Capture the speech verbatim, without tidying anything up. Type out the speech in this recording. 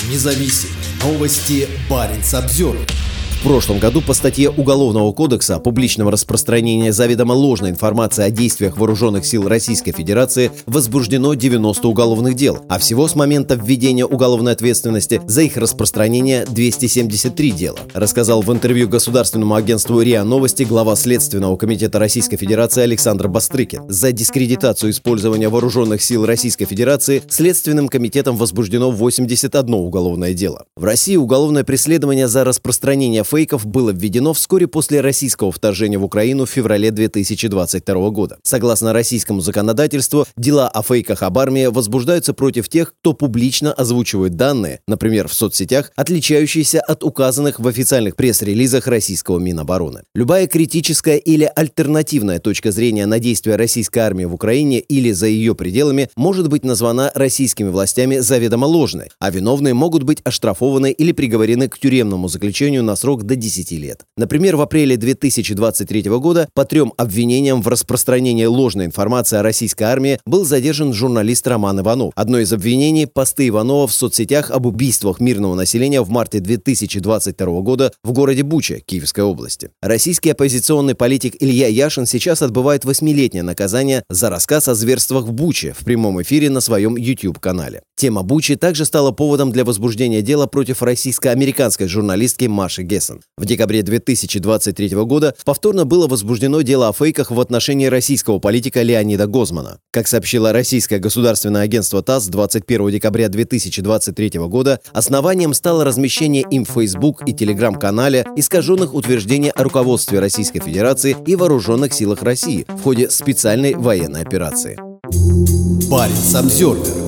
Независимые новости. Баренц-Обзервер. В прошлом году по статье Уголовного кодекса о публичном распространении заведомо ложной информации о действиях вооруженных сил Российской Федерации возбуждено девяносто уголовных дел, а всего с момента введения уголовной ответственности за их распространение двести семьдесят три дела, рассказал в интервью государственному агентству РИА Новости глава Следственного комитета Российской Федерации Александр Бастрыкин. За дискредитацию использования вооруженных сил Российской Федерации Следственным комитетом возбуждено восемьдесят одно уголовное дело. В России уголовное преследование за распространение фейков было введено вскоре после российского вторжения в Украину в феврале две тысячи двадцать второго года. Согласно российскому законодательству, дела о фейках об армии возбуждаются против тех, кто публично озвучивает данные, например, в соцсетях, отличающиеся от указанных в официальных пресс-релизах российского Минобороны. Любая критическая или альтернативная точка зрения на действия российской армии в Украине или за ее пределами может быть названа российскими властями заведомо ложной, а виновные могут быть оштрафованы или приговорены к тюремному заключению на срок до десяти лет. Например, в апреле две тысячи двадцать третьего года по трем обвинениям в распространении ложной информации о российской армии был задержан журналист Роман Иванов. Одно из обвинений – посты Иванова в соцсетях об убийствах мирного населения в марте две тысячи двадцать второго года в городе Буча, Киевской области. Российский оппозиционный политик Илья Яшин сейчас отбывает восьмилетнее наказание за рассказ о зверствах в Буче в прямом эфире на своем YouTube-канале. Тема Бучи также стала поводом для возбуждения дела против российско-американской журналистки Маши Гессен. В декабре две тысячи двадцать третьего года повторно было возбуждено дело о фейках в отношении российского политика Леонида Гозмана. Как сообщило российское государственное агентство ТАСС двадцать первого декабря две тысячи двадцать третьего года, основанием стало размещение им в Facebook и Telegram-канале искаженных утверждений о руководстве Российской Федерации и вооруженных силах России в ходе специальной военной операции. Баренц-Обзервер.